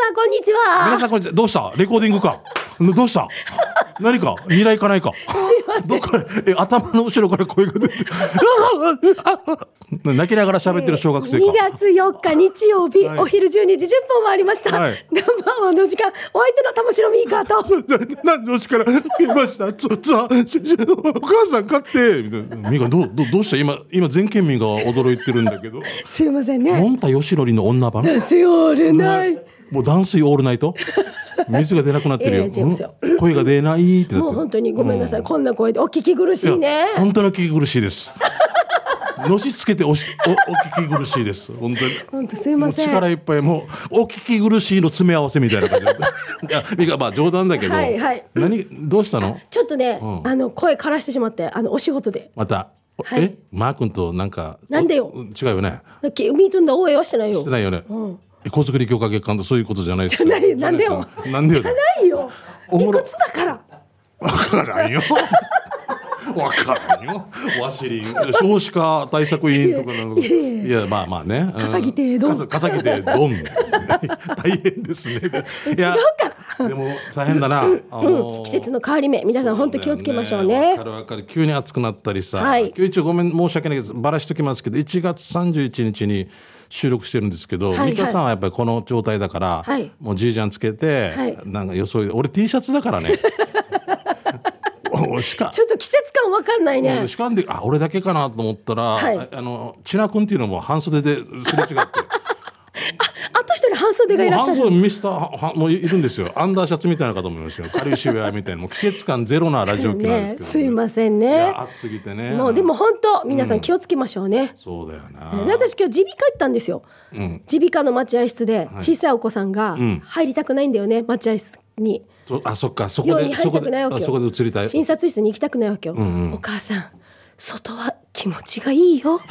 さんこんにちは。 皆さんこんにちは。どうしたレコーディングかどうした何か未来かないかどっから頭の後ろから声が出て泣きながら喋ってる小学生か。 2月4日日曜日、 はい、 お昼12時10分回りました、 はい、 ナンバーワンの時間、お相手の玉城ミーカーと何の力来ましたお母さん買ってみたいな。ミーカーどうした今全県民が驚いてるんだけどすいませんね。 モンタヨシノリの女版ダンスオールナイト、 もう断水オールナイト水が出なくなってるよ、声が出ないってなってもう本当にごめんなさい、こんな声でお聞き苦しいね。 本当にお聞き苦しいですのしつけてお聞き苦しいです本当に。 本当すいません。 力いっぱいもうお聞き苦しいの詰め合わせみたいな感じいやミカまあ冗談だけど、 はいはい、 どうしたの。 ちょっとね、声枯らしてしまって、お仕事でまた、はい、マー君となんでよ違うよね。 ミートンだ応援はしてないよ。 してないよね、交通力強化月間とそういうことじゃないですよ。 じゃないなんでよなんでよじゃないよ、いくつだからわからんよわからんよ。ワシリン少子化対策委員とかなの。いやまあね、 笠木亭ドン笠木亭ドン大変ですね。 いや違うからでも大変だな、 季節の変わり目、皆さん本当気をつけましょうね。 わかる急に暑くなったりさ、今日一応ごめん申し訳ないけどバラしときますけど、1月31日に収録してるんですけど、美香さんはやっぱりこの状態だから、もうジージャンつけて、なんかよそいで俺 T シャツだからねちょっと季節感わかんないね。 しかんで俺だけかなと思ったら、千奈君っていうのも半袖ですれ違ってあと一人半袖がいらっしゃる。 半袖ミスターもういるんですよ。アンダーシャツみたいな方もいますよ。カリウシウェアみたいなもう季節感ゼロなラジオ機なんですけど、 すいませんね。 暑すぎてね。 もうでも本当皆さん気をつけましょうね。 そうだよな。 私今日耳鼻科行ったんですよ。耳鼻科の待合室で小さいお子さんが入りたくないんだよね、待合室に。 そっか、そこで移りたい。 診察室に行きたくないわけよ、お母さん外は気持ちがいいよ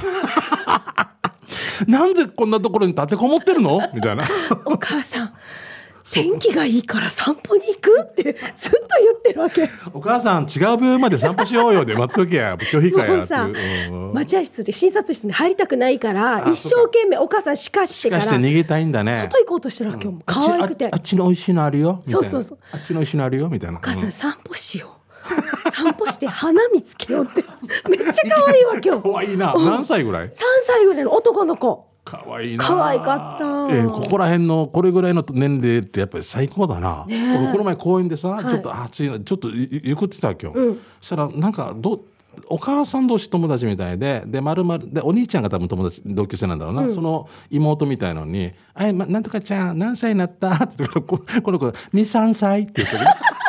なんでこんなところに立てこもってるのみたいなお母さん天気がいいから散歩に行くってずっと言ってるわけ。 お母さん違う病院まで散歩しようよで待っときや拒否かやって待合室で診察室に入りたくないから一生懸命お母さんしかしてから逃げたいんだね。 外行こうとしてるわけよ、可愛くて。 あっちの美味しいのあるよみたいな。 そうあっちの美味しいのあるよみたいな。 お母さん散歩しよう散歩して花見つけようってめっちゃ可愛いわけよ。 可愛いな。何歳ぐらい？ 3 歳ぐらいの男の子。 可愛いな。 可愛かった。 ここら辺のこれぐらいの年齢ってやっぱり最高だな。俺この前公園でさ、ちょっと暑いなちょっとゆくってたわけよ、そしたらなんかお母さん同士友達みたいで丸々でお兄ちゃんが多分友達同級生なんだろうな、その妹みたいのに「なんとかちゃん何歳になった?」って言ったらこの子が「2、3歳」って言ってる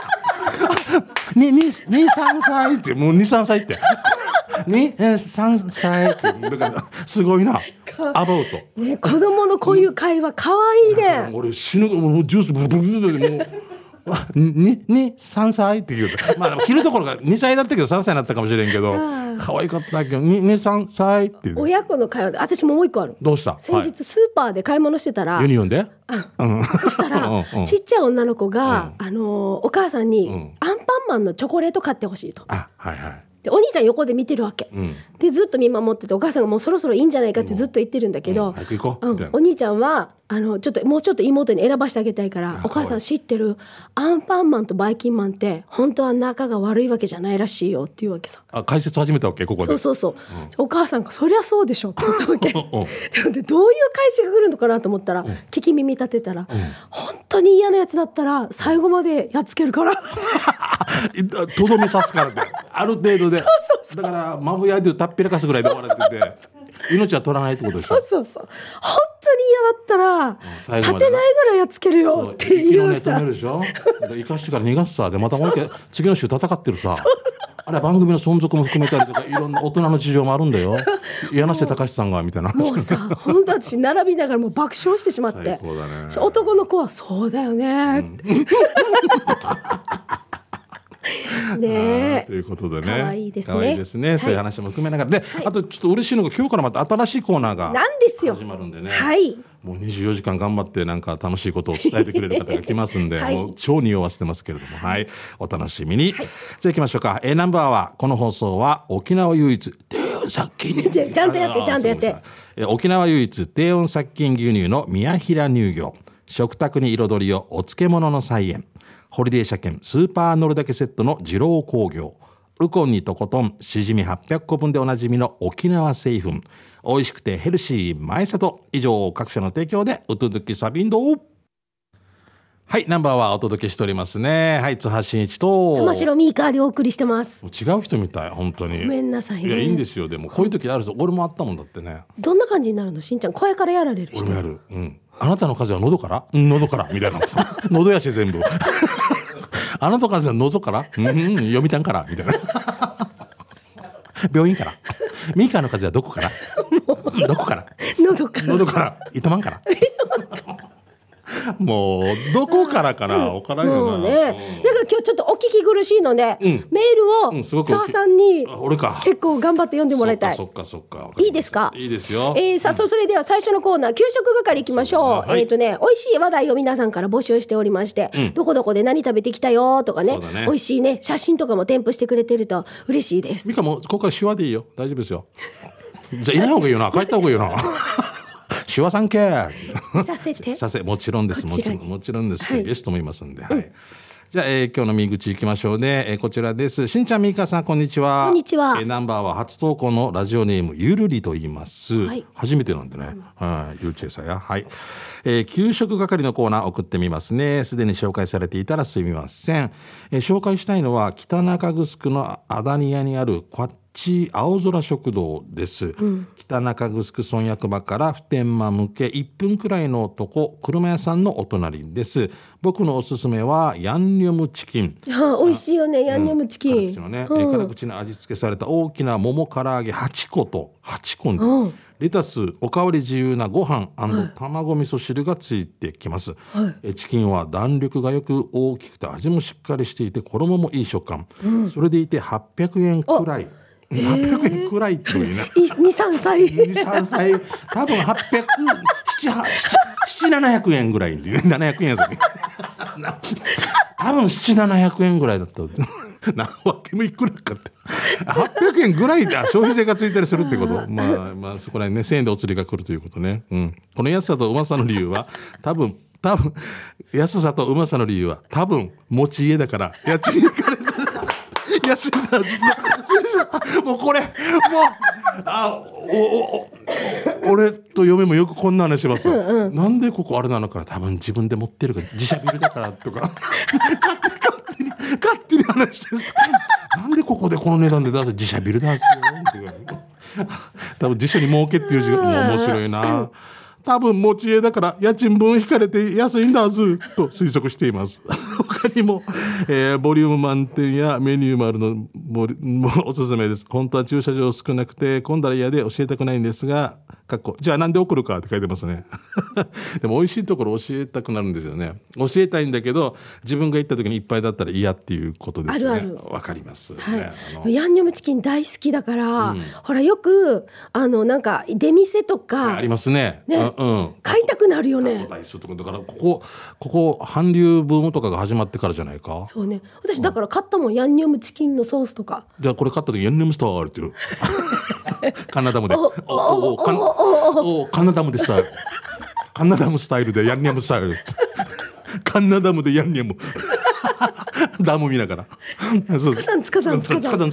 2、3歳ってもう2、3歳って2、3歳ってだからすごいなアバウト、 ね、子供のこういう会話可愛いね。 俺死ぬもうジュースブルブルブルでもう2、3歳って言うと、まあ着るところが2歳だったけど3歳になったかもしれんけど可愛かったけど2、3歳っていう親子の会話で私もう一個ある。 どうした？ 先日スーパーで買い物してたら、 ユニオンでそしたらちっちゃい女の子が、お母さんに、アンパンマンのチョコレート買ってほしいと。でお兄ちゃん横で見てるわけ、でずっと見守ってて、お母さんがもうそろそろいいんじゃないかってずっと言ってるんだけど、 早く行こうみたいな。 お兄ちゃんはもうちょっと妹に選ばしてあげたいから、お母さん知ってる？アンパンマンとバイキンマンって本当は仲が悪いわけじゃないらしいよっていうわけさ。 解説始めたわけここで。 そう、お母さんがそりゃそうでしょって言ったわけでどういう返しが来るのかなと思ったら、聞き耳立てたら、本当に嫌なやつだったら最後までやっつけるからとどめ刺すからってある程度でだからマブヤでたっぴらかすぐらいで終わられてて命は取らないってことでしょ。 そう本当に嫌だったら立てないぐらいやっつけるよっていうさ。 生かしてから逃がすさでまたもう一回次の週戦ってるさあれ番組の存続も含めたりとかいろんな大人の事情もあるんだよ。柳瀬隆さんがみたいなもうさ本当私並びながらもう爆笑してしまって、 最高だね。 男の子はそうだよねって、ねということでね、 可愛いですね。 可愛いですね、そういう話も含めながらで、あとちょっと嬉しいのが今日からまた新しいコーナーがなんですよ始まるんでね、もう24時間頑張ってなんか楽しいことを伝えてくれる方が来ますんで、もう超匂わせてますけれども、お楽しみに、じゃあ行きましょうか。ナンバーはこの放送は沖縄唯一低温殺菌ちゃんとやって沖縄唯一低温殺菌牛乳の宮平乳業、 食卓に彩りをお漬物の菜園、ホリデー車検スーパー乗るだけセットの二郎工業、ウコンにとことんしじみ800個分でおなじみの沖縄製粉、美味しくてヘルシー前里、以上各社の提供でうとどきサビンド。はい、ナンバーはお届けしておりますね。はい、津波真一と玉城ミーカーでお送りしてます。 違う人みたい、本当にごめんなさいね。 いや、いいんですよ。でもこういう時あるぞ。俺もあったもんだってね。 どんな感じになるの、しんちゃん。声からやられる人。 俺もやる、うん、あなたの風は喉から、うん、喉からみたいな喉やし全部あなたの風は喉から、うん、読みたんからみたいな病院から、ミーカーの風はどこからどこから喉から糸満からもうどこからかな、分からんよな。 もうね、なんか今日ちょっとお聞き苦しいので、メールを澤さんに結構頑張って読んでもらいたい。 そっかいいですか。 いいですよ。 さあ、それでは最初のコーナー、給食係いきましょう。美味しい話題を皆さんから募集しておりまして、どこどこで何食べてきたよとかね、美味しいね写真とかも添付してくれてると嬉しいです。 ミカもここから手話でいいよ、大丈夫ですよじゃあいない方がいいよな、帰った方がいいよな手話さんけさせもちろんです、もちろんです、はい、ゲストもいますんで、はい、じゃあ、今日の右口行きましょうね。こちらです。しんちゃん、みーかさん、こんにちは。 こんにちは。 ナンバーは初投稿のラジオネームゆるりと言います、はい、初めてなんでね、ゆうちえさや、はい、給食係のコーナー送ってみますね。すでに紹介されていたらすみません。紹介したいのは北中城のアダニヤにあるこっち青空食堂です、北中城村役場から普天間向け1分くらいのとこ、車屋さんのお隣です。僕のおすすめはヤンニョムチキン。美味しいよね、ヤンニョムチキン。 辛口の味付けされた大きな桃唐揚げ8個と8個にレタス、おかわり自由なご飯&卵味噌汁がついてきます、チキンは弾力がよく大きくて味もしっかりしていて衣もいい食感、それでいて800円くらい。800円くらいっていうね。 2,3 歳多分700円ぐらいで700円ですね多分700-700円ぐらいだったなわけもいくらかって800円ぐらいで消費税がついたりするってことまあそこらにね1000円でお釣りが来るということね、この安さとうまさの理由は多分安さとうまさの理由は多分持ち家だから家賃がかかる安いなずっともうこれもう俺と嫁もよくこんな話しますよ、なんでここあれなのかな、多分自分で持ってるから自社ビルだからとか勝手に話してなんでここでこの値段で出す自社ビルなんですよ多分辞書に儲けっていう字が面白いな多分持ち家だから家賃分引かれて安いんだはずと推測しています他にも、ボリューム満点やメニューもあるのもおすすめです。本当は駐車場少なくて混んだら嫌で教えたくないんですが、じゃあなんで送るかって書いてますねでも美味しいところ教えたくなるんですよね。教えたいんだけど自分が行った時にいっぱいだったら嫌っていうことですよね。わかります、 ヤンニョムチキン大好きだから、ほらよくなんか出店とかありますね、 買いたくなるよね。 だからここ韓流ブームとかが始まってからじゃないか。 そうね、私だから買ったもん、ヤンニョムチキンのソースとか。 じゃあこれ買った時ヤンニョムスターって言うカナダムでカナダムでスタイルカナダムスタイルでヤンニョムスタイルカナダムでヤンニョムダム見ながらつかざん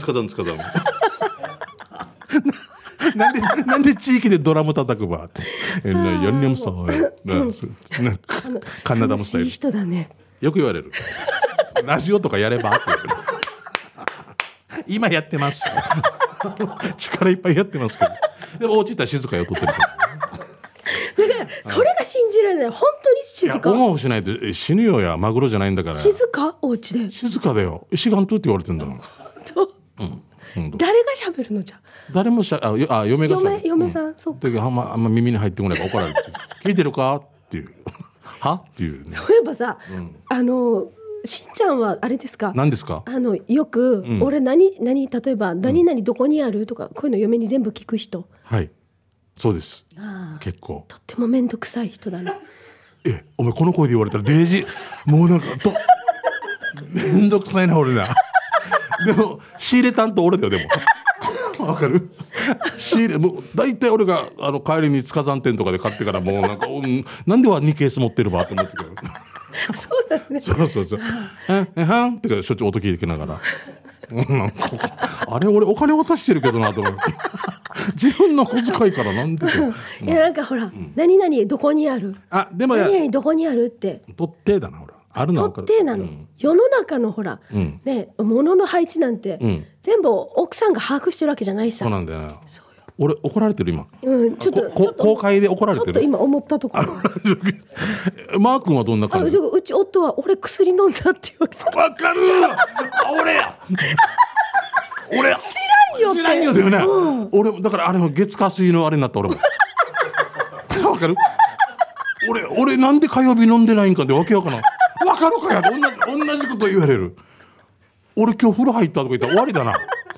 なんで地域でドラム叩くばってヤンニョムスタイルカナダムスタイル。 悲しい人だね。 よく言われるラジオとかやればって言われる今やってます力いっぱいやってますけど、でも落ちたら静かよ撮ってるからだからそれが信じられない。本当に静か。 オンオフしないと死ぬよや、マグロじゃないんだから。 静か、お家で静かだよ。石岩とって言われてんだもん誰が喋るのじゃ。 誰も嫁が嫁さん、そっか。 あんま耳に入ってこないから怒られて聞いてるかっていうはっていう、 そういえばさ、しんちゃんはあれですか。 何ですか。 よく、俺例えば何々どこにあるとか、こういうの嫁に全部聞く人。 はい、そうです。結構とっても面倒くさい人だな。 お前この声で言われたらデージもうなんか面倒くさいな俺なでも仕入れ担当俺だよ。でもわかる仕入れもう大体俺が帰りに塚山店とかで買ってからもうなんかなんでは2ケース持ってるばって思ってくるそうだね。 そうはんってかしょっちゅう音聞いてきながらなんかあれ俺お金渡してるけどなと思う自分の小遣いからなんでいやなんかほら、何々どこにある、 でも何々どこにあるって取ってだなほらあるの取ってなの、世の中のほら、ね、物の配置なんて、全部奥さんが把握してるわけじゃないさ。 そうなんだよな。俺怒られてる今、 ちょっと公開で怒られてる。 ちょっと今思ったところマー君はどんな感じ？ うち夫は俺薬飲んだって言われてわかる俺知らんよだよね、俺だからあれも月火水のあれになった俺もわかる俺なんで火曜日飲んでないんかってわけわからんわかるかや同じこと言われる。俺今日風呂入ったとか言ったら終わりだな。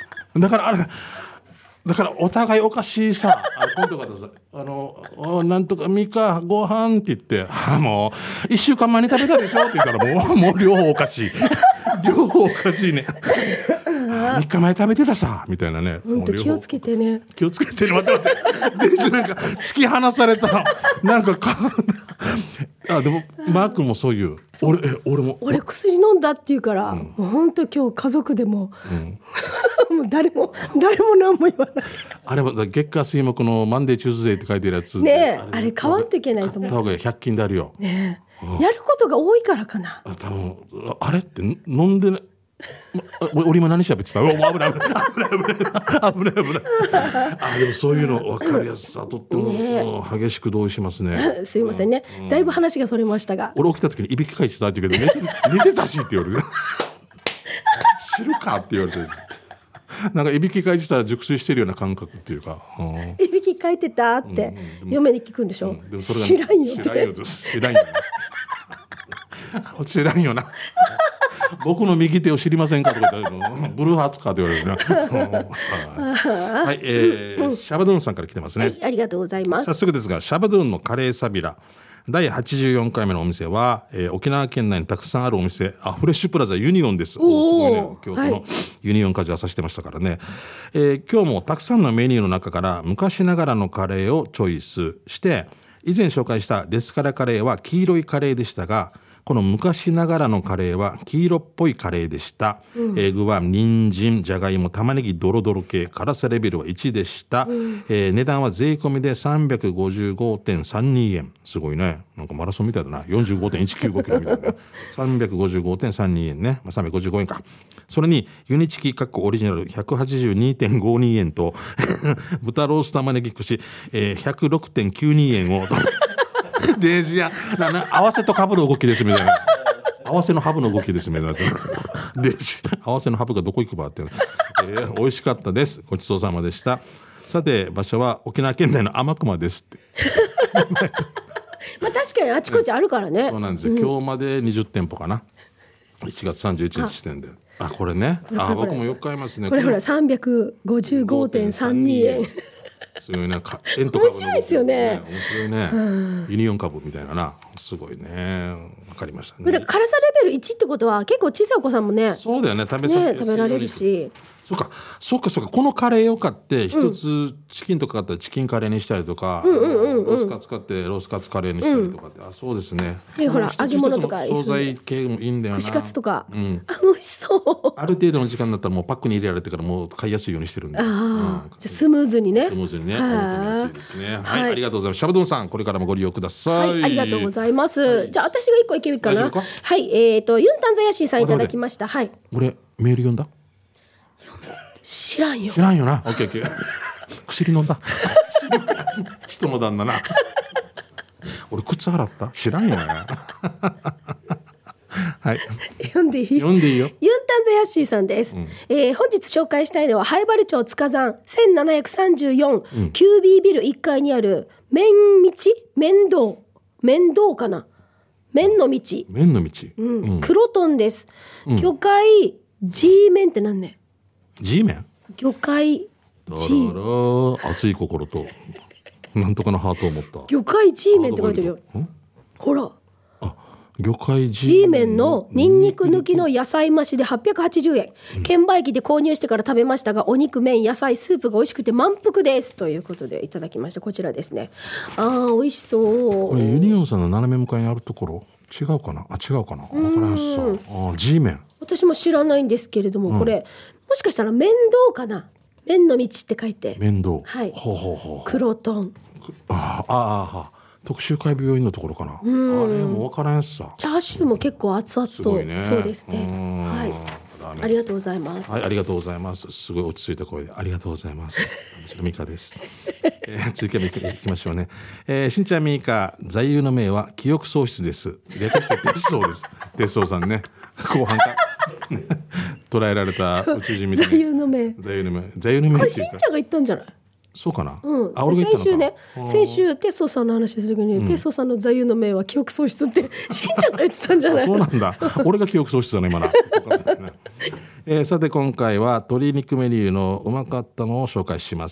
だからお互いおかしいさ。今度からさなんとかミカご飯って言ってもう1週間前に食べたでしょって言ったらもう両方おかしい両方おかしいね3日前食べてたさみたいなね。 本当気をつけてね。 気をつけてね。待ってなんか突き放されたなんかでもマー君もそういう俺薬飲んだって言うから、もう本当今日家族でも、もう誰も何も言わない。 あれは月火水木のマンデーチューズデーって書いてるやつねあれ買わんといけないと思う。 買った方が100均であるよねやることが多いからかな。 多分あれって飲んでない俺今何喋ってた？危ないでもそういうの分かりやすさとっても激しく同意しますねすいませんね、だいぶ話がそれましたが、 俺起きた時にいびきかいてたって言うけど寝てたしって言われる知るかって言われてなんかいびきかいてたら熟睡してるような感覚っていうか、 いびきかいてたって嫁に聞くんでしょ、でもそれが知らんよって知らんよな僕の右手を知りませんかとかブルーハーツかと言われるなはい、シャバドゥンさんから来てますね、 ありがとうございます。 早速ですがシャバドゥンのカレーサビラ第84回目のお店は、沖縄県内にたくさんあるお店フレッシュプラザユニオンです。すごいね、京都のユニオンカジュアさせてましたからね、今日もたくさんのメニューの中から昔ながらのカレーをチョイスして以前紹介したデスカラカレーは黄色いカレーでしたがこの昔ながらのカレーは黄色っぽいカレーでした、具は人参、じゃがいも、玉ねぎドロドロ系、辛さレベルは1でした、値段は税込みで 355.32 円すごいね、なんかマラソンみたいだな 45.195 キロみたいな、ね、355.32 円ね、355円か。それにユニチキオリジナル 182.52 円と豚ロース玉ねぎ串、106.92 円をデージや合わせとかぶる動きですみたいな合わせのハブの動きですみたいなデージ合わせのハブがどこ行くばって、美味しかったです、ごちそうさまでした。さて場所は沖縄県内の天熊ですってまあ確かにあちこちあるからね。 そうなんですよ、今日まで20店舗かな、1月31日時点で。これね、僕もよく買いますね。 これほら 355.32 円すごいね、円と株の動き、 面白いですよね。 面白いね、ユニオン株みたいなな、すごいね、わかりましたね。 だから辛さレベル1ってことは結構小さいお子さんもね、 そうだよね、食べられるし。 そうかこのカレーを買って一つチキンとか買ったらチキンカレーにしたりとか、ロースカツ買ってロースカツカレーにしたりとかって、そうですね。 ほら揚げ物とか惣菜系もいいんだよな。 串カツとか、美味しそう。 ある程度の時間になったらもうパックに入れられてからもう買いやすいようにしてるんで、じゃスムーズにね、 本当に安いですね。はい、ありがとうございます。シャバドゥンさん、これからもご利用ください。 ありがとうございます。じゃあ私が一個いけるかな。はい、ユンタンザヤシーさんいただきました。はい。 俺メール読んだ？ 知らんよな。オッケー薬飲んだ人の旦那な俺靴洗った？知らんよねはい、 読んでいいよ。ユンタンザヤッシーさんです、本日紹介したいのは灰原町塚山1734、QB ビル1階にある麺道かな、麺の道、黒トンです、魚介 G 麺ってなんね。 G 麺、 魚介 G、 熱い心となんとかのハートを持った魚介 G 麺って書いてるよ。ほら魚介 G 麺のニンニク抜きの野菜増しで880円、券売機で購入してから食べましたが、お肉、麺、野菜、スープが美味しくて満腹ですということでいただきました。こちらですね。美味しそう。 これユニオンさんの斜め向かいにあるところ違うかな、違うかな、分からんさ。G 麺、 私も知らないんですけれども、これもしかしたら面倒かな。麺の道って書いて面倒、 はい、 ほうほうほう、 黒トン、 特集会病院のところかな。あれも分からんやつさ。 チャーシューも結構熱々と、 ね、 そうですね。はい、ありがとうございます。 はい、ありがとうございます。すごい落ち着いた声でありがとうございます。ミカです。続きいきましょうね。しんちゃんミカ、座右の銘は記憶喪失です。略して鉄相です。鉄相さんね。後半か捉えられた宇宙人みたいな。 座右の銘。 座右の銘。座右の銘これしんちゃんが言ったんじゃない？ そうかな。 先週テッソさんの話する時に、テッソさんの座右の銘は記憶喪失ってしんちゃんが言ってたんじゃない？ そうなんだ。俺が記憶喪失だね今な。さて今回は鶏肉メニューのうまかったのを紹介します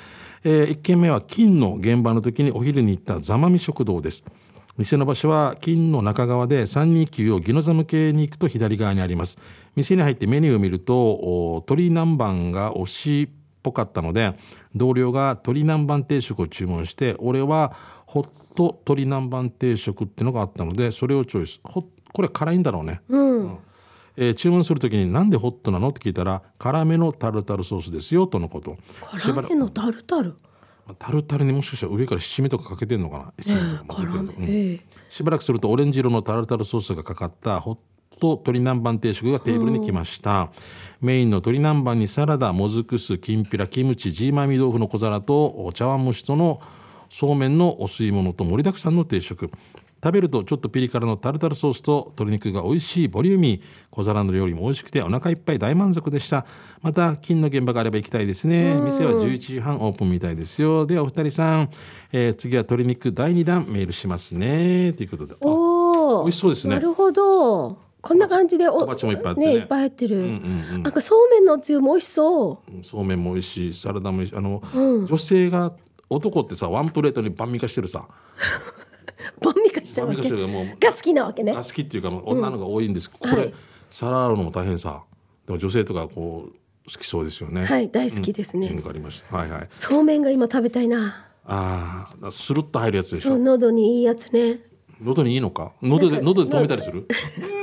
。1軒目は金の現場の時にお昼に行ったざまみ食堂です。店の場所は金の中側で329をギノザム系に行くと左側にあります。店に入ってメニューを見ると鶏南蛮が推しっぽかったので、同僚が鶏南蛮定食を注文して、俺はホット鶏南蛮定食っていうのがあったのでそれをチョイス。これ辛いんだろうね。注文するときになんでホットなのって聞いたら、辛めのタルタルソースですよとのこと。 辛めのタルタル、 タルタルにもしかしたら上から七味とかかけてんのかな、しばらくするとオレンジ色のタルタルソースがかかったホット鶏南蛮定食がテーブルに来ました。メインの鶏南蛮にサラダ、もずく酢、きんぴら、キムチ、ジーマーミ豆腐の小皿と茶碗蒸しとのそうめんのお吸い物と盛りだくさんの定食。食べるとちょっとピリ辛のタルタルソースと鶏肉が美味しいボリューミー、小皿の料理も美味しくてお腹いっぱい大満足でした。また金の現場があれば行きたいですね。店は11時半オープンみたいですよ。ではお二人さん、次は鶏肉第2弾メールしますねということで。美味しそうですね。 なるほど、こんな感じで小鉢もいっぱいあってね、 いっぱい入ってる、なんかそうめんのおつゆも美味しそう。 そうめんも美味しい、サラダも美味しい。女性が、男ってさワンプレートにバンミカしてるさバンミカしてるわけが好きなわけね。 が好きっていうか女の子が多いんです、これ皿洗うのも大変さ。でも女性とかこう好きそうですよね。 はい、大好きですね。 ありました。はいはい。 そうめんが今食べたいな。 スルッと入るやつでしょ。 そう、喉にいいやつね。 喉にいいのか。喉で止めたりする。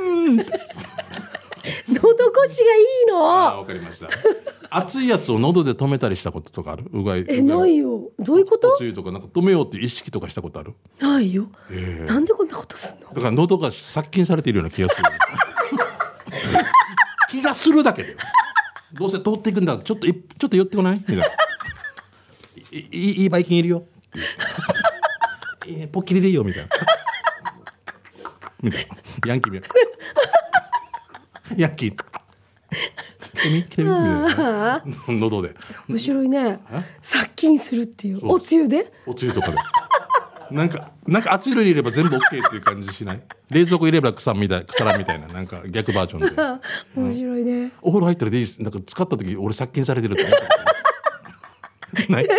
喉越しがいいの。 わかりました。熱いやつを喉で止めたりしたこととかある？うがい。 ないよ。どういうこと？ 熱いとかなんか止めようっていう意識とかしたことある？ ないよ。なんでこんなことすんの？ だから喉が殺菌されているような気がする。気がするだけで。どうせ通っていくんだ。ちょっと寄ってこない？みたいな。いいバイキンいるよ。ポッキリでいいよみたいな。みたいな。ヤンキーみたいな。ヤンキー。来てみみたいな。喉で。 面白いね。殺菌するっていう。おつゆで？ おつゆとかで。なんか熱いの入れれば全部 OK っていう感じしない？冷蔵庫入れれば腐らんみたいな、なんか逆バージョンで。 面白いね。 お風呂入ったらでいいです。なんか使った時俺殺菌されてるって思ったない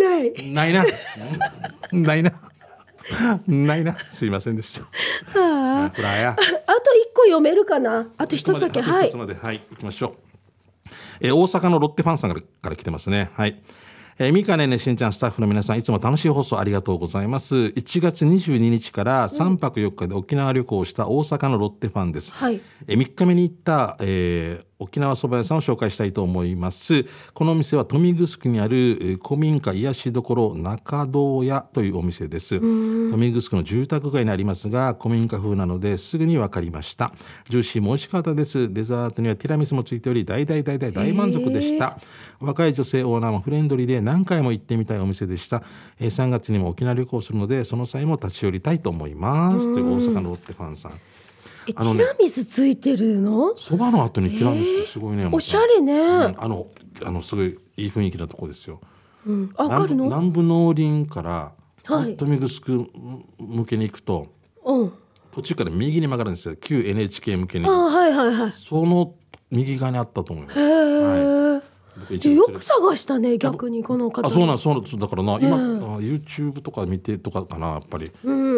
ないな。すいませんでした。 あと一個読めるかな。あと一つだけ。はい。 行きましょう。大阪のロッテファンさんから来てますね。はい。ミカねねしんちゃんスタッフの皆さん、いつも楽しい放送ありがとうございます。1月22日から3泊4日で沖縄旅行をした大阪のロッテファンです。3日目に行った、沖縄そば屋さんを紹介したいと思います。このお店は豊見城にある古民家癒しどころ中堂屋というお店です。豊見城の住宅街にありますが古民家風なのですぐに分かりました。ジューシーも美味しかったです。デザートにはティラミスもついており大満足でした。若い女性オーナーもフレンドリーで何回も行ってみたいお店でした。3月にも沖縄旅行するのでその際も立ち寄りたいと思いますという大阪のロッテファンさん。 ティラミスついてるの？ そばの後にティラミスってすごいね。 おしゃれね。 すごいいい雰囲気なとこですよ。 わかるの？ 南部農林から豊見城向けに行くと、途中から右に曲がるんですよ。旧 NHK 向けに。その右側にあったと思います。 よく探したね、逆にこの方。 そうなんだからな、今 YouTube とか見てとかかな、やっぱり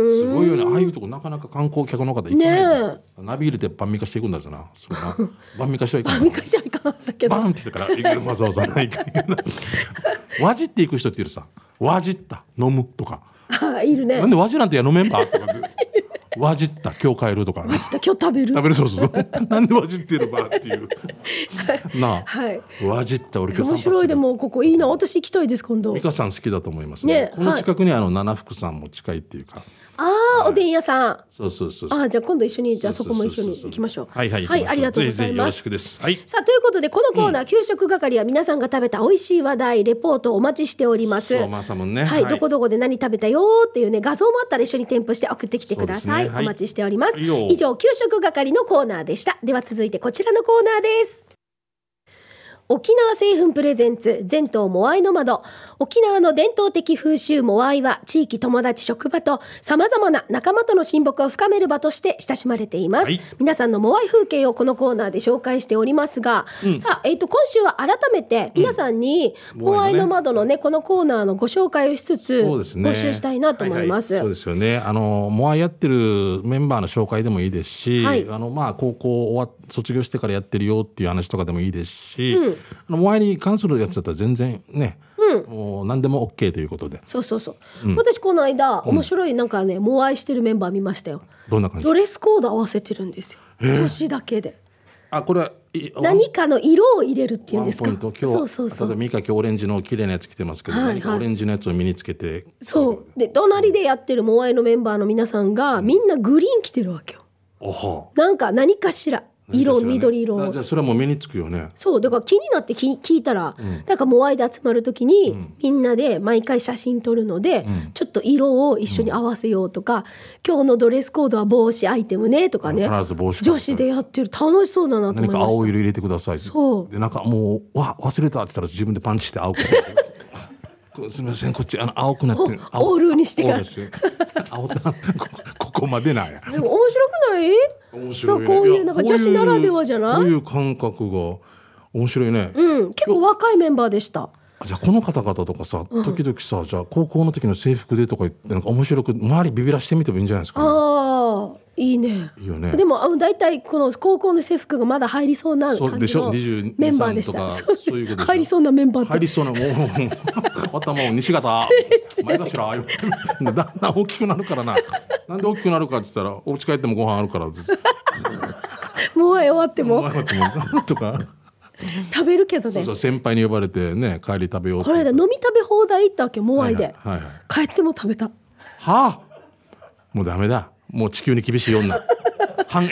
すごいよね。ああいうとこなかなか観光客の方行けないね。ナビ入れてバンミカしていくんだぞな。そうなバンミカしてはいかん。 バンミカしてはいかんさけど。 バンって言ってからわざわざないかん。わじっていく人っているさ。わじった飲むとか。 いるね。 なんでわじなんて飲めんばとか。わじった今日帰るとか。 わじった今日食べる。 そうそうそう。なんでわじってるばっていう。なあ。 はい。 わじった俺今日面白い。でもここいいな。私行きたいです今度。 美香さん好きだと思いますね。この近くに七福さんも近いっていうか。 おでん屋さん。 そうそうそう。 じゃあ今度一緒にじゃあそこも一緒に行きましょう。 はいはい。 はい、ありがとうございます。 よろしくです。はい。 さあということでこのコーナー、給食係は皆さんが食べた美味しい話題レポートをお待ちしております。 そうまさもんね。 はい、どこどこで何食べたよっていうね画像もあったら一緒に添付して送ってきてください。お待ちしております。以上給食係のコーナーでした。では続いてこちらのコーナーです。沖縄製粉プレゼンツ全島モアイの窓。沖縄の伝統的風習モアイは地域友達職場と様々な仲間との親睦を深める場として親しまれています、皆さんのモアイ風景をこのコーナーで紹介しておりますが、さあ、今週は改めて皆さんにモアイの窓のねこのコーナーのご紹介をしつつ募集したいなと思います。 そうですよね。モアイやってるメンバーの紹介でもいいですし、高校卒業してからやってるよっていう話とかでもいいですし、モアイに関するやつだったら全然ね、もう何でも OK ということで。 そう、私この間面白いなんかねモアイしてるメンバー見ましたよ。 どんな感じ？ ドレスコード合わせてるんですよ、女子だけで。 これは何かの色を入れるっていうんですか。 ワンポイント。今日例えばミカ今日オレンジの綺麗なやつ着てますけど、何かオレンジのやつを身につけて。 そうで隣でやってるモアイのメンバーの皆さんがみんなグリーン着てるわけよ。なんか何かしら色、緑色。 じゃあそれはもう目につくよね。そうだから気になって聞いたら、なんかモアイで集まる時に、みんなで毎回写真撮るので、ちょっと色を一緒に合わせようとか、今日のドレスコードは帽子アイテムねとかね、 必ず帽子女子でやってる。楽しそうだなと思いました。 何か青色入れてください。 そうでなんかもう忘れたって言ったら自分でパンチして青くしてすみませんこっち青くなってる。 オールにしてから青ここまでなんや。 でも面白くない？ 面白いね。 こういうなんか女子ならではじゃない？ こういう感覚が面白いね。 結構若いメンバーでした。 じゃあこの方々とかさ、時々さ、じゃあ高校の時の制服でとか言ってなんか面白く周りビビらしてみてもいいんじゃないですかね。 いいね。 いいよね。 でも大体この高校の制服がまだ入りそうな感じのメンバーでした。 そういうこと入りそうなメンバー。 入りそうなもう頭も西方前頭だんだん大きくなるからな。なんで大きくなるかって言ったらお家帰ってもご飯あるからもう終わってもとか食べるけどね。 そう先輩に呼ばれてね帰り食べようって。 これで飲み食べ放題行ったわけモアイで、帰っても食べた。もうダメだ。もう地球に厳しい女反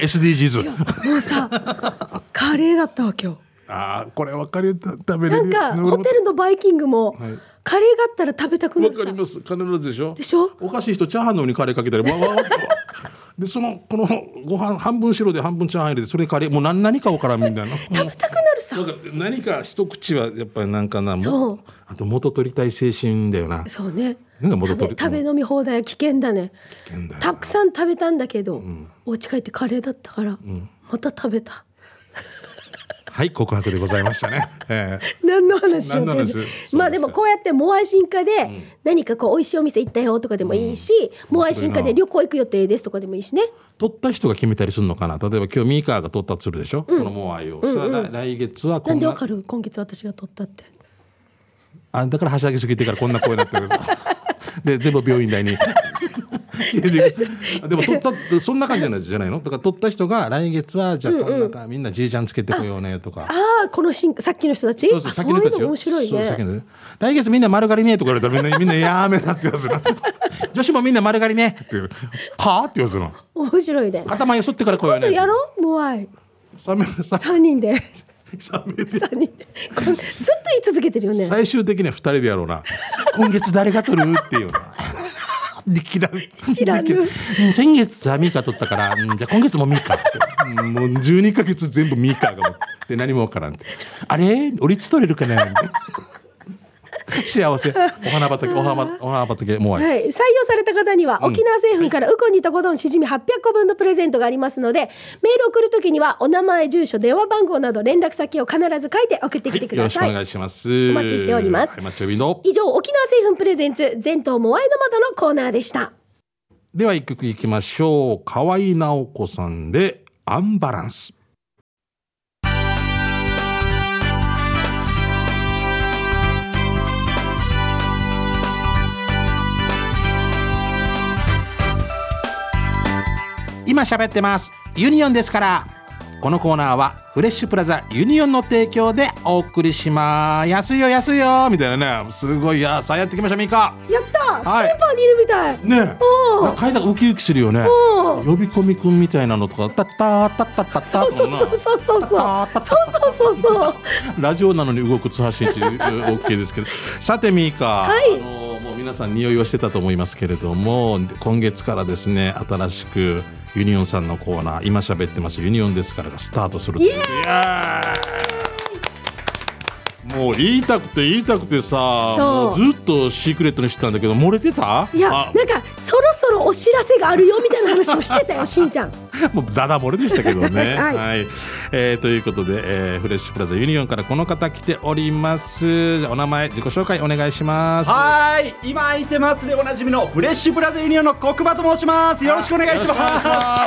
SDGs もうさカレーだったわけよ。 これ分かる。食べれる。 なんかホテルのバイキングも、カレーがあったら食べたくなるさ。 分かります。必ずでしょ。 おかしい人チャーハンの上にカレーかけたりでこのご飯半分白で半分チャーハン入れてそれカレーもう何か分からんみたいな食べたくなるさ。 何か一口はやっぱりなんかな。あと元取りたい精神だよな。 そうね。 食べ飲み放題は危険だね。たくさん食べたんだけど、お家帰ってカレーだったから、また食べた。 はい告白でございましたね。 何の話をでもこうやってモアイ進化で何かこう美味しいお店行ったよとかでもいいし、モアイ進化で旅行行く予定ですとかでもいいしね。 取った人が決めたりするのかな。例えば今日ミーカーが取ったとするでしょ、このモアイを。来月はなんでわかる？今月私が取ったって。 だからはしゃぎすぎてからこんな声になってるで全部病院代にでも取ったそんな感じじゃないの。だから取った人が来月はじゃあこんなかみんなじいちゃんつけてこようねとか。 このさっきの人たち。 そうさっきの人たちよ。 面白いね。 来月みんな丸刈りねとか言われたらみんなやめなってやつな女子もみんな丸刈りねっていうはあってやつな。 面白いね。 頭よそってからこようね。 やろうモアイ3人で3人でずっと言い続けてるよね。 最終的には2人でやろうな。今月誰が取るっていうな先月はミカ取ったからじゃあ今月もミカってもう12ヶ月全部ミカが持って何もわからんってあれ俺いつ取れるかな幸せお花畑もう、 採用された方には、沖縄製粉からウコンにとことんしじみ800個分のプレゼントがありますので、メールを送るときにはお名前住所電話番号など連絡先を必ず書いて送ってきてください、 よろしくお願いします。 お待ちしております、以上沖縄製粉プレゼンツ全島モアイの窓のコーナーでした。 では一曲いきましょう。河合直子さんでアンバランス。今喋ってますユニオンですから。このコーナーはフレッシュプラザユニオンの提供でお送りします。安いよ安いよみたいなね、すごい。さあやってきました。ミカやった、はい、スーパーにいるみたいね。階段ウキウキするよね。呼び込みくんみたいなのとかタッタッタッタッタッタッそうラジオなのに動く通発信中 OK ですけどさてミカ、はい、もう皆さん匂いはしてたと思いますけれども、今月からですね、新しくユニオンさんのコーナー、今喋ってますユニオンですからがスタートするという。もう言いたくてさ、もうずっとシークレットにしてたんだけど漏れてた？ いや、なんかそろそろお知らせがあるよみたいな話をしてたよしんちゃんもうダダ漏れでしたけどねはい、はい。ということで、フレッシュプラザユニオンからこの方来ております。じゃあお名前自己紹介お願いします。 はい、今空いてますでおなじみのフレッシュプラザユニオンの国場と申します。よろしくお願いします。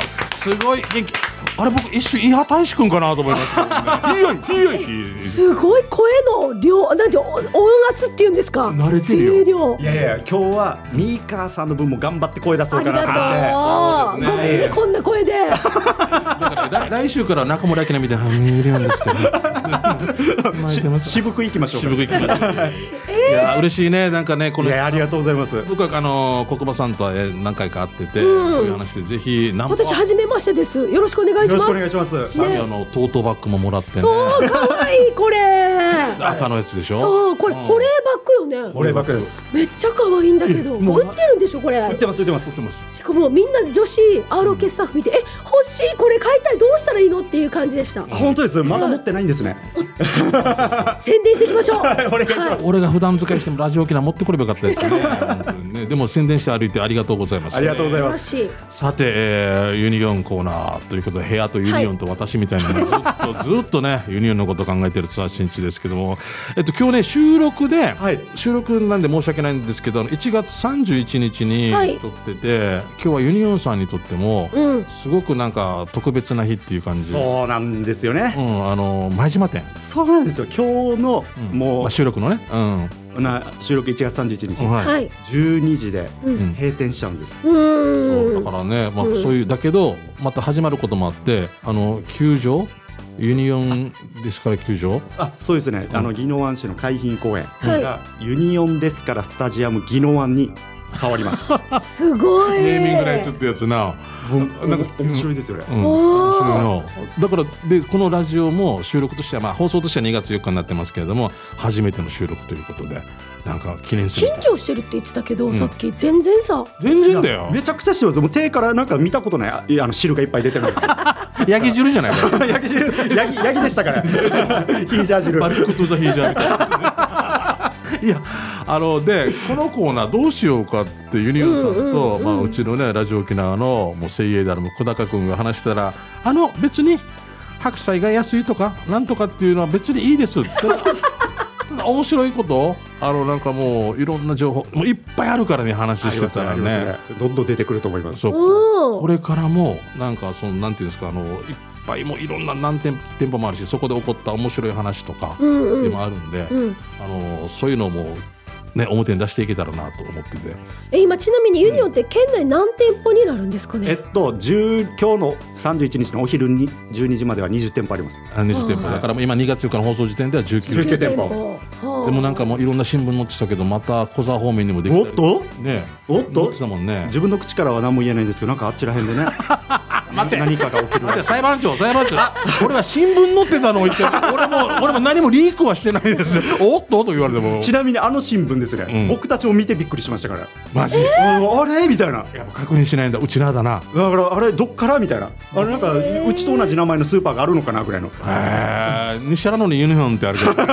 すごい元気。あれ僕一瞬伊波大志くんかなと思いましたけどねすごい声の量、なんて音圧っていうんですか、 慣れてるよ。 いや今日はミーカーさんの分も頑張って声出そうかなと思って。 ありがとう。ごめんね、こんな声でだから来週から中村明菜みたいな見れるんですけど渋くいきましょう。 いや嬉しいね。なんかね、この、 いやありがとうございます。 僕は国場さんとは何回か会ってて、こういう話でぜひ私初めましてです。よろしくお願いします。 よろしくお願いします。 サビアのトートバッグももらってね。 そう、かわいいこれ赤のやつでしょ。 そう、これ保冷バッグよね。 保冷バッグです。 めっちゃ可愛いんだけど、もう売ってるんでしょこれ。 売ってます。 しかもみんな女子 ROK スタッフ見て、欲しい、これ買いたい、どうしたらいいのっていう感じでした。 本当です。まだ持ってないんですね。 宣伝していきましょう。 俺が普段使いしてもラジオ機能持ってこればよかったですね本当にね。でも宣伝して歩いてありがとうございます。 ありがとうございます。 さて、ユニオンコーナーということで、部屋とユニオンと私みたいな、ずっとねユニオンのことを考えているツアー新地ですけども、今日ね収録なんで申し訳ないんですけど、1月31日に撮ってて、今日はユニオンさんにとってもすごくなんか特別な日っていう感じ。 そうなんですよね。 前島店。 そうなんですよ。今日のもう収録のね、 収録1月31日、12時で閉店しちゃうんです。 そうだからね、そういうだけどまた始まることもあって、球場ユニオンですから球場、 そうですね、宜野湾市の海浜公園がユニオンですからスタジアム宜野湾に変わりますすごいネーミングライツってやつな。 なんか面白いですよね。 面白いのだからで、このラジオも収録としては、放送としては2月4日になってますけれども、初めての収録ということで、なんか記念する。 緊張してるって言ってたけど、さっき全然だよ。 めちゃくちゃしてます。もう手からなんか見たことない汁がいっぱい出てるんですよヤギ汁じゃないかヤギでしたからヒージャー汁、 バルクトゥザヒージャーいやでこのコーナーどうしようかってユニオンさんと、うちのねラジオ沖縄のもう精鋭である小高君が話したら、別に白菜が安いとかなんとかっていうのは別にいいですって面白いことなんかもういろんな情報もういっぱいあるからね、話してたらねどんどん出てくると思います。 これからもなんかなんていうんですか、いっぱいもいろんな何店舗もあるし、そこで起こった面白い話とかでもあるんで、そういうのもね表に出していけたらなと思ってて。 今ちなみにユニオンって県内何店舗になるんですかね。 今日の31日のお昼に12時までは20店舗あります。 20店舗だから今2月4日の放送時点では19店舗でもなんかもういろんな新聞載ってたけど、また小沢方面にもできたりね。載ってたもんね。 自分の口からは何も言えないんですけど、なんかあっちらへんでね何かが起きる。 待って、裁判長俺は新聞載ってたのを言って俺も何もリークはしてないですよおっと言われても。 ちなみに新聞ですね、僕たちを見てびっくりしましたから。 マジ、 あれみたいな。 やっぱ確認しないんだ、うちなだな。 だからあれどっからみたいな、なんかうちと同じ名前のスーパーがあるのかなぐらいの。 西原野にユニオンってあるけど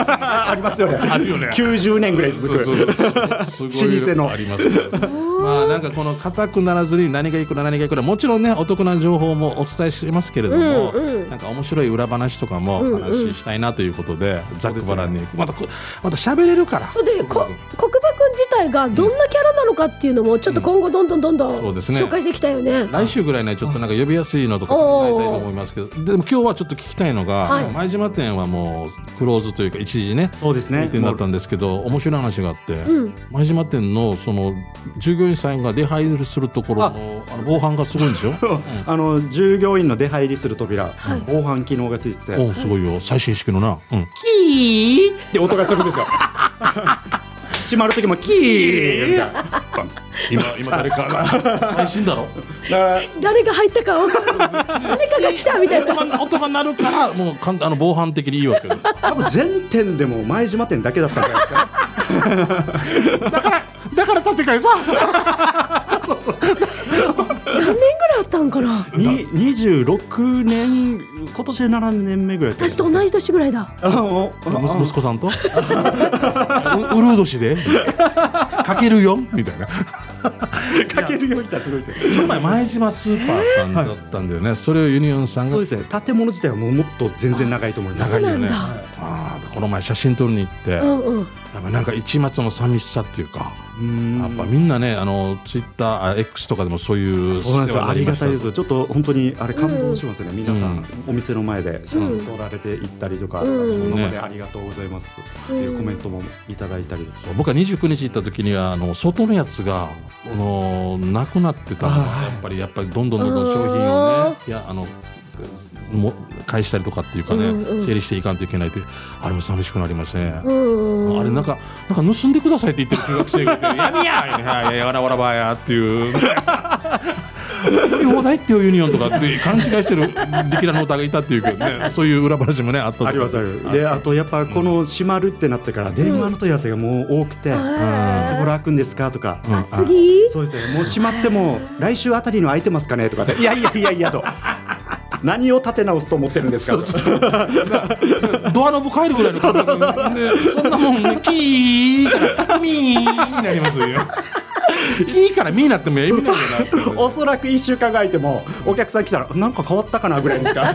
ありますよね。 あるよね。 90年ぐらい続くそうそうそう老舗のありますけどまあなんかこの固くならずに何がいくら何がいくらもちろんねお得な情報もお伝えしますけれども、なんか面白い裏話とかも話したいなということで、ざっくばらんにまた喋れるから。 そうで国馬くん自体がどんなキャラなのかっていうのもちょっと今後どんどん紹介していきたいよね。 来週ぐらいねちょっとなんか呼びやすいのとか考えたいと思いますけど、でも今日はちょっと聞きたいのが、前島店はもうクローズというか一時ねそうですね閉店だったんですけど、面白い話があって、前島店のその従業員さんが出入りするところの防犯がすごいんですよ従業員の出入りする扉、防犯機能がついてて、 すごいよ最新式のな、 キーって音がするんですよ閉まる時もキーみたいな今誰かが最新だろ誰が入ったか分からない誰かが来たみたいな音が鳴るからもう防犯的にいいわけよ多分全店でも前島店だけだったんじゃないですかだから立ってかいさそう何年ぐらいあったんかな。 26年今年で7年目ぐらいです。 私と同じ年ぐらいだ。 息子さんとうるう年でかける4みたいなかける4みたいなすごいですよ。 その前島スーパーさんだったんだよね、それをユニオンさんが。 そうですね、建物自体はもっと全然長いと思います。 長いよね。この前写真撮りに行って、やっぱなんか一抹の寂しさっていうか、やっぱみんなねツイッター X とかでもそういうそうなんですよ、ありがたいです。ちょっと本当にあれ感動しますね、皆さんお店の前で写真撮られていったりとか、そのまでありがとうございますというコメントもいただいたり。 僕は29日行った時には外のやつがなくなってたのがやっぱりどんどん商品をねも返したりとかっていうかね、整理していかんといけないという、あれも寂しくなりましたね。あれなんか盗んでくださいって言ってる中学生がいてやみやわらわらばやっていう取り放題っていうユニオンとかって勘違いしてる力羅の歌がいたっていうけどね、そういう裏話もねあったとありますで、あとやっぱこの閉まるってなってから電話の問い合わせがもう多くて、いつ頃開くんですかとか、 次そうですね、もう閉まっても来週あたりの空いてますかねとかいやと何を立て直すと思ってるんですかドアノブ変えるぐらいの感覚でそんなもんね、キーからミーになりますよキーからミーになっても意味ないよなおそらく1週間が空いてもお客さん来たらなんか変わったかなぐらいにしか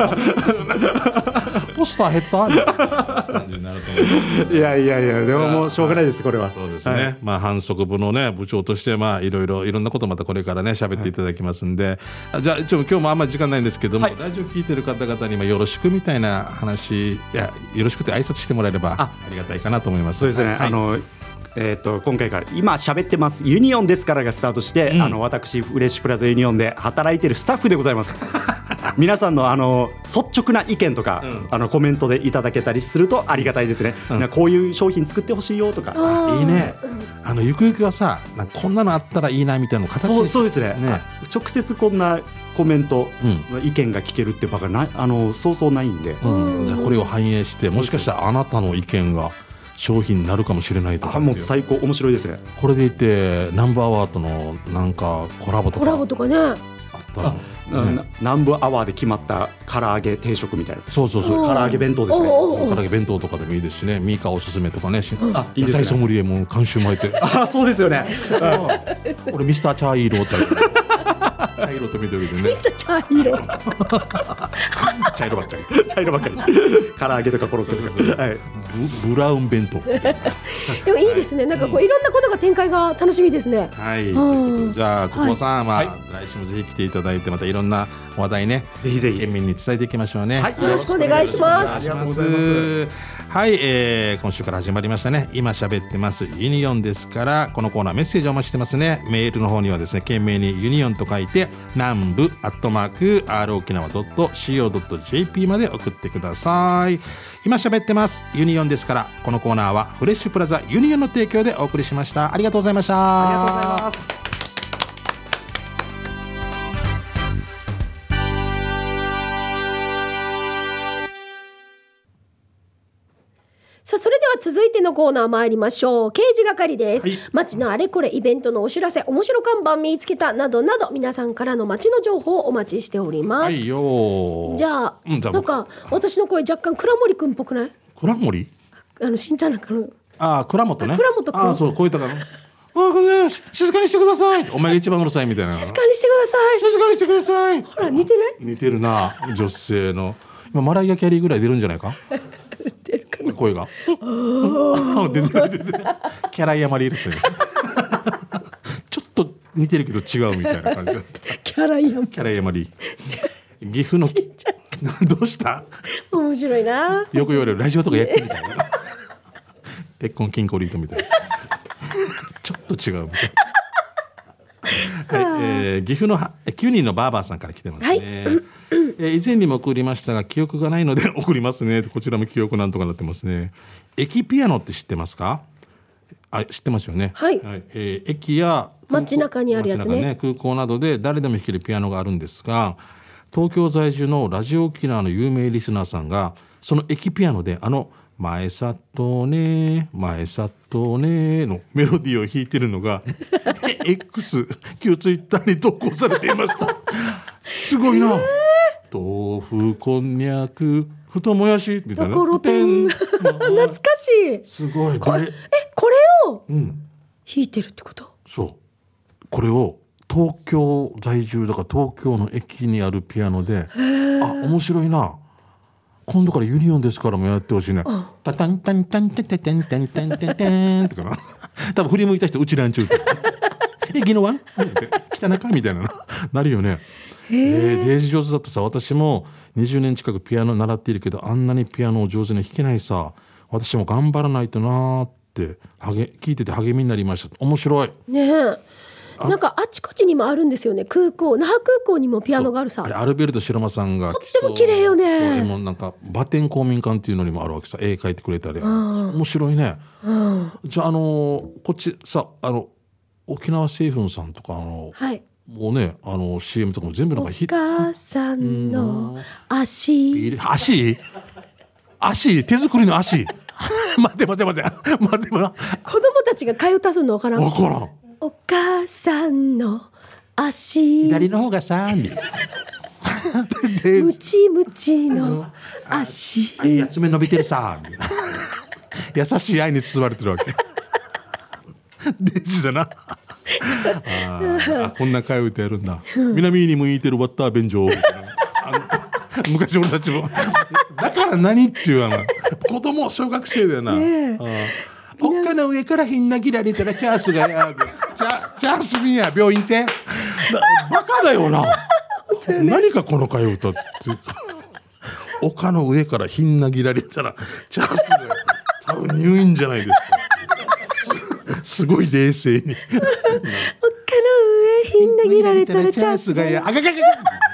ポスター減ったみたいな感じになると思う。 いやでももうしょうがないです、これは。 そうですね、反則部のね部長としていろんなことまたこれからね喋っていただきますんで、じゃあ今日もあんまり時間ないんですけども、ラジオ聞いてる方々によろしくみたいな話、よろしくって挨拶してもらえればありがたいかなと思います。 そうですね、今回から今喋ってますユニオンですからがスタートして、私フレッシュプラザユニオンで働いているスタッフでございます皆さんの率直な意見とか、コメントでいただけたりするとありがたいですね。こういう商品作ってほしいよとか、 いいね、ゆくゆくはさこんなのあったらいいなみたいな形でそうですね、直接こんなコメント、意見が聞けるってばかりそうそうないんで、 じゃあこれを反映してもしかしたらあなたの意見が商品になるかもしれないとか。 もう最高面白いですね。 これでいてナンバーワーとのなんかコラボとかねあったら南部アワーで決まった唐揚げ定食みたいな。 そう唐揚げ弁当ですね。 唐揚げ弁当とかでもいいですしね、ミーカおすすめとかね、野菜ソムリエも監修巻いてそうですよね俺ミスターチャーイーローって茶色と緑でね、 ミスター茶色茶色ばっかり唐揚げとかコロッケとかブラウン弁当でもいいですね、なんかいろんなことが展開が楽しみですね。 はい、ということでじゃあ小久保さん、来週もぜひ来ていただいて、またいろんな話題ねぜひ県民に伝えていきましょうね。 よろしくお願いします。 ありがとうございます。 はい、今週から始まりましたね、今喋ってますユニオンですから、このコーナーメッセージをお待ちしてますね。メールの方にはですね、懸命にユニオンと書いて南部@r沖縄 .co.jp まで送ってください。今喋ってますユニオンですから、このコーナーはフレッシュプラザユニオンの提供でお送りしました。ありがとうございました。 ありがとうございます。 さあ、それでは続いてのコーナー参りましょう。刑事係です、街のあれこれ、イベントのお知らせ、面白看板見つけたなどなど、皆さんからの街の情報をお待ちしております。 はいよ。 じゃあ、なんか私の声若干倉森くんっぽくない？ 倉森しんちゃんなんかの倉本ね。 倉本君。 そうこういったからね、静かにしてください。お前が一番うるさいみたいな。 静かにしてください。 静かにしてください。 ほら似てない？ 似てるな、女性の。今マライア・キャリーぐらい出るんじゃないか。 出るかな。 声が。出てる。キャライアマリールちょっと似てるけど違うみたいな感じだった。 キャライアマリー。岐阜のどうした？ 面白いな。 よく言われるラジオとかやってみたいな。結婚金庫リートみたいな。ちょっと違うみたいな。はい、岐阜の9人のバーバーさんから来てますね。はい、以前にも送りましたが記憶がないので送りますね。こちらも記憶なんとかなってますね。駅ピアノって知ってますか？知ってますよね。 はい。 駅や街中にあるやつね。 空港などで誰でも弾けるピアノがあるんですが、東京在住のラジオ沖縄の有名リスナーさんがその駅ピアノで前里ね前里ねのメロディーを弾いてるのがX 旧ツイッターに投稿されていました。すごいな。豆腐こんにゃく太もやしみたいな。 懐かしい。 すごい。 これを弾いてるってこと？ そう。これを東京在住だから東京の駅にあるピアノで、面白いな。今度からユニオンですからもやってほしいね。タタンタンタンタンタンタンタンタンタンタンとかな。多分振り向いた人うちなんちゅう。ギノワン北中みたいななるよね。デージ上手だったさ。私も20年近くピアノ習っているけどあんなにピアノを上手に弾けないさ。私も頑張らないとなって聞いてて励みになりました。面白いねえ。なんかあちこちにもあるんですよね。那覇空港にもピアノがあるさ。 あれアルベルト白間さんがとっても綺麗よね。 そうもなんかバテン公民館っていうのにもあるわけさ。絵描いてくれたり面白いね。じゃあこっちさ沖縄製粉さんとかはい、 もうねCM とかも全部なんかお母さんの足手作りの足待て子供たちが替え歌するの分からん。お母さんの足左の方がさムチムチの足やつめ伸びてるさ優しい愛に包まれてるわけデジだな。こんな替え歌やるんだ。南に向いてるワッター便所昔俺たちもだから何っていう子供小学生だよな。おっかの上からひんなぎられたらチャースがやチャースにや病院ってバカだよな。何かこの替え歌って丘の上からひんなぎられたらチャースが多分入院じゃないですか。すごい冷静に丘の上ひんなぎられたらチャースがやあががが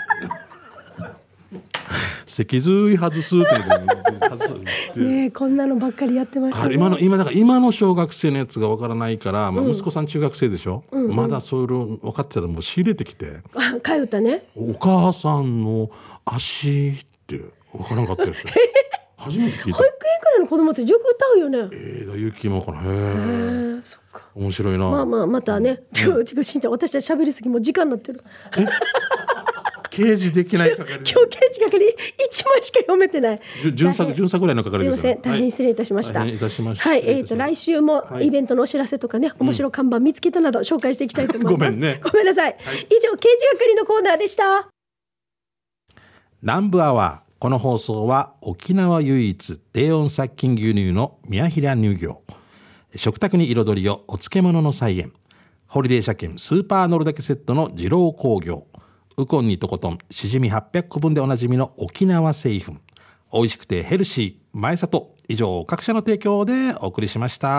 脊髄外すってね、こんなのばっかりやってましたね。 今の小学生のやつがわからないから、息子さん中学生でしょ、まだそういうの分かってたらもう仕入れてきて替え歌ね。 お母さんの足って分からなかったですよ。初めて聞いた。 保育園くらいの子供ってよく歌うよね。 ゆきもかな。そっか。面白いな。 またね。しんちゃん私たち喋りすぎもう時間になってる。 掲示できない係。 今日掲示係1枚しか読めてない。 巡査ぐらいの係です。 すいません、大変失礼いたしました。 大変いたしました。 はい、来週もイベントのお知らせとかね、面白看板見つけたなど紹介していきたいと思います。 ごめんね。 ごめんなさい。以上、掲示係のコーナーでした。 南部アワー。この放送は沖縄唯一低温殺菌牛乳の宮平乳業、食卓に彩りをお漬物の菜園、ホリデー車検スーパーノルダケセットの二郎工業、ウコンにとことんしじみ800個分でおなじみの沖縄製粉、美味しくてヘルシー前里、以上各社の提供でお送りしました。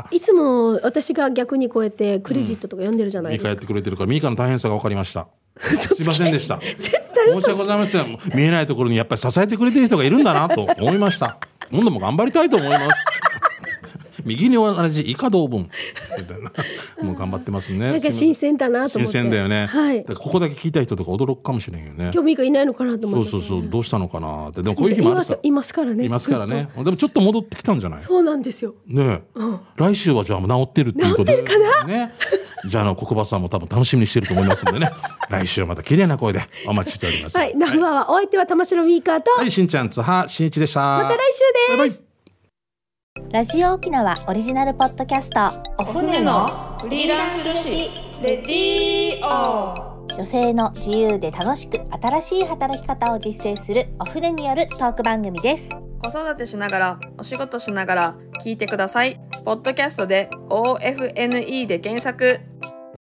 いつも私が逆にこうやってクレジットとか読んでるじゃないですか。 ミカやってくれてるからミカの大変さが分かりました。すいませんでした。 絶対申し訳ございません。見えないところにやっぱり支えてくれてる人がいるんだなと思いました。今度も頑張りたいと思います。右に同じ以下同文みたいなもう頑張ってますね。 なんか新鮮だなと思って。 新鮮だよね。 はい。 だからここだけ聞いた人とか驚くかもしれんよね。 今日ミカいないのかなと思って、 そうどうしたのかなって。でもこういう日もあるさ。 いますからね。 いますからね。でもちょっと戻ってきたんじゃない。 そうなんですよ。 ねえ、来週はじゃあもう治ってるっていうことで。 治ってるかな。 ね。じゃあ国場さんも多分楽しみにしてると思いますんでね。来週はまた綺麗な声でお待ちしております。 はい。ナンバーはお相手は玉城ミーカーと。 はい、しんちゃん津波しんいちでした。 また来週です。 バイバイ。 ラジオ沖縄オリジナルポッドキャスト、 お船のフリーランス女子レディオ。 女性の自由で楽しく新しい働き方を実践するお船によるトーク番組です。 子育てしながらお仕事しながら聞いてください。ポッドキャストで OFNE で検索。